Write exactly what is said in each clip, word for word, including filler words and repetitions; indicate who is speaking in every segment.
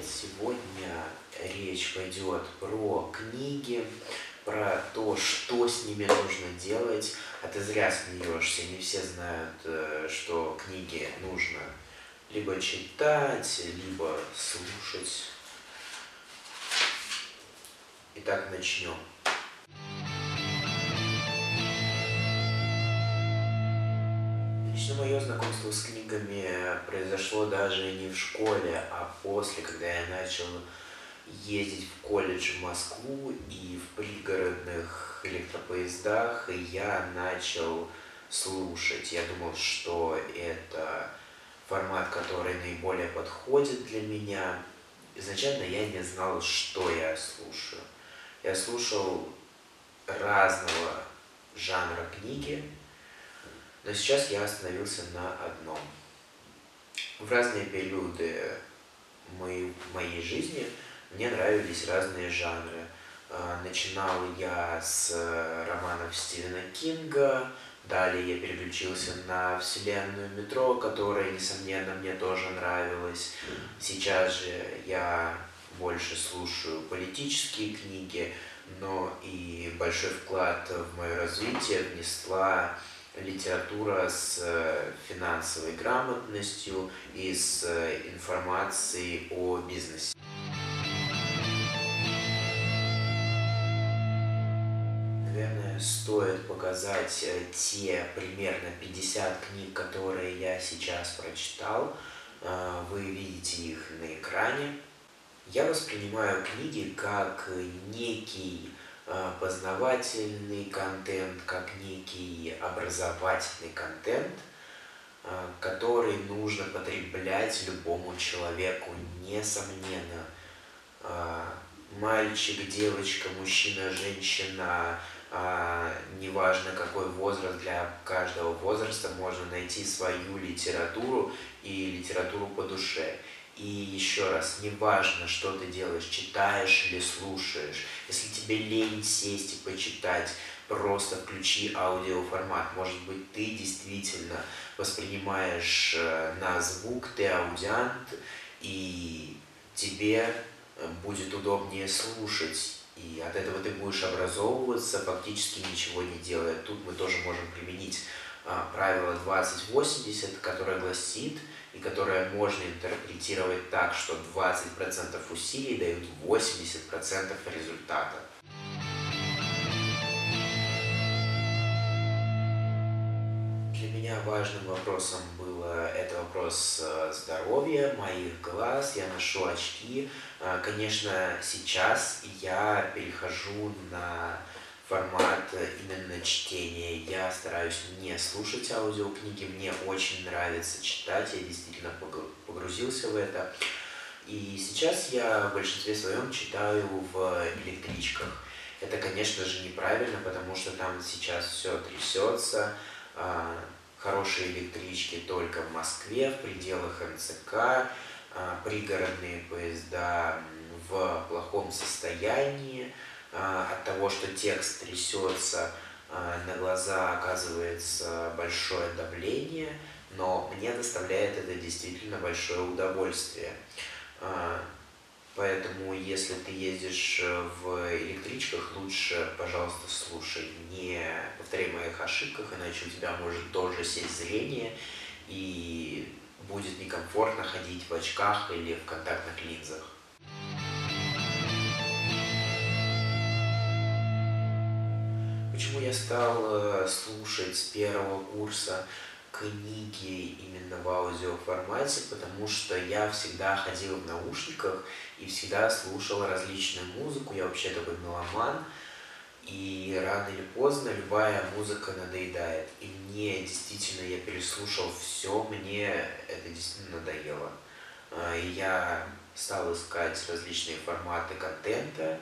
Speaker 1: Сегодня речь пойдет про книги, про то, что с ними нужно делать. А ты зря смеешься, не все знают, э, что книги нужно либо читать, либо слушать. Итак, начнем. Лично мое знакомство с книгами произошло даже не в школе, а после, когда я начал ездить в колледж в Москву, и в пригородных электропоездах я начал слушать. Я думал, что это формат, который наиболее подходит для меня. Изначально я не знал, что я слушаю. Я слушал разного жанра книги, но сейчас я остановился на одном. В разные периоды моей, моей жизни мне нравились разные жанры. Начинал я с романов Стивена Кинга, далее я переключился на вселенную Метро, которая, несомненно, мне тоже нравилась. Сейчас же я больше слушаю политические книги, но и большой вклад в мое развитие внесла литература с финансовой грамотностью и с информацией о бизнесе. Наверное, стоит показать те примерно пятьдесят книг, которые я сейчас прочитал. Вы видите их на экране. Я воспринимаю книги как некий познавательный контент, как некий образовательный контент, который нужно потреблять любому человеку, несомненно. Мальчик, девочка, мужчина, женщина, неважно какой возраст, для каждого возраста можно найти свою литературу и литературу по душе. И еще раз, неважно, что ты делаешь, читаешь или слушаешь, если тебе лень сесть и почитать, просто включи аудиоформат. Может быть, ты действительно воспринимаешь на звук, ты аудиант, и тебе будет удобнее слушать. И от этого ты будешь образовываться, фактически ничего не делая. Тут мы тоже можем применить правило двадцать восемьдесят, которое гласит, и которое можно интерпретировать так, что двадцать процентов усилий дают восемьдесят процентов результата. Для меня важным вопросом было это вопрос здоровья, моих глаз. Я ношу очки. Конечно, сейчас я перехожу на формат именно чтения. Я стараюсь не слушать аудиокниги, мне очень нравится читать, я действительно погрузился в это. И сейчас я в большинстве своем читаю в электричках. Это, конечно же, неправильно, потому что там сейчас все трясется. Хорошие электрички только в Москве, в пределах эм цэ ка, пригородные поезда в плохом состоянии. От того, что текст трясется, на глаза оказывается большое давление, но мне доставляет это действительно большое удовольствие. Поэтому, если ты ездишь в электричках, лучше, пожалуйста, слушай, не повторяй моих ошибках, иначе у тебя может тоже сесть зрение, и будет некомфортно ходить в очках или в контактных линзах. Почему я стал слушать с первого курса книги именно в аудиоформате? Потому что я всегда ходил в наушниках и всегда слушал различную музыку. Я вообще такой меломан. И рано или поздно любая музыка надоедает. И мне действительно, я переслушал все, мне это действительно надоело. И я стал искать различные форматы контента.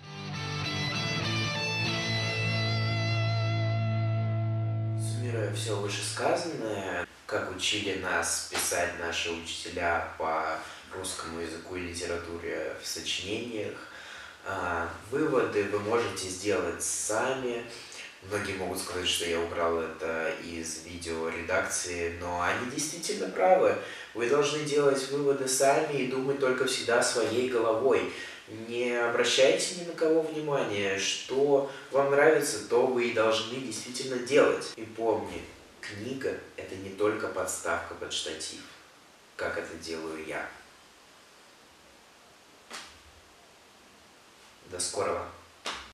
Speaker 1: Все вышесказанное, как учили нас писать наши учителя по русскому языку и литературе в сочинениях, выводы вы можете сделать сами, Многие могут сказать, что я убрал это из видеоредакции, но они действительно правы. Вы должны делать выводы сами и думать только всегда своей головой. Не обращайте ни на кого внимания. Что вам нравится, то вы и должны действительно делать. И помни, книга — это не только подставка под штатив, как это делаю я. До скорого.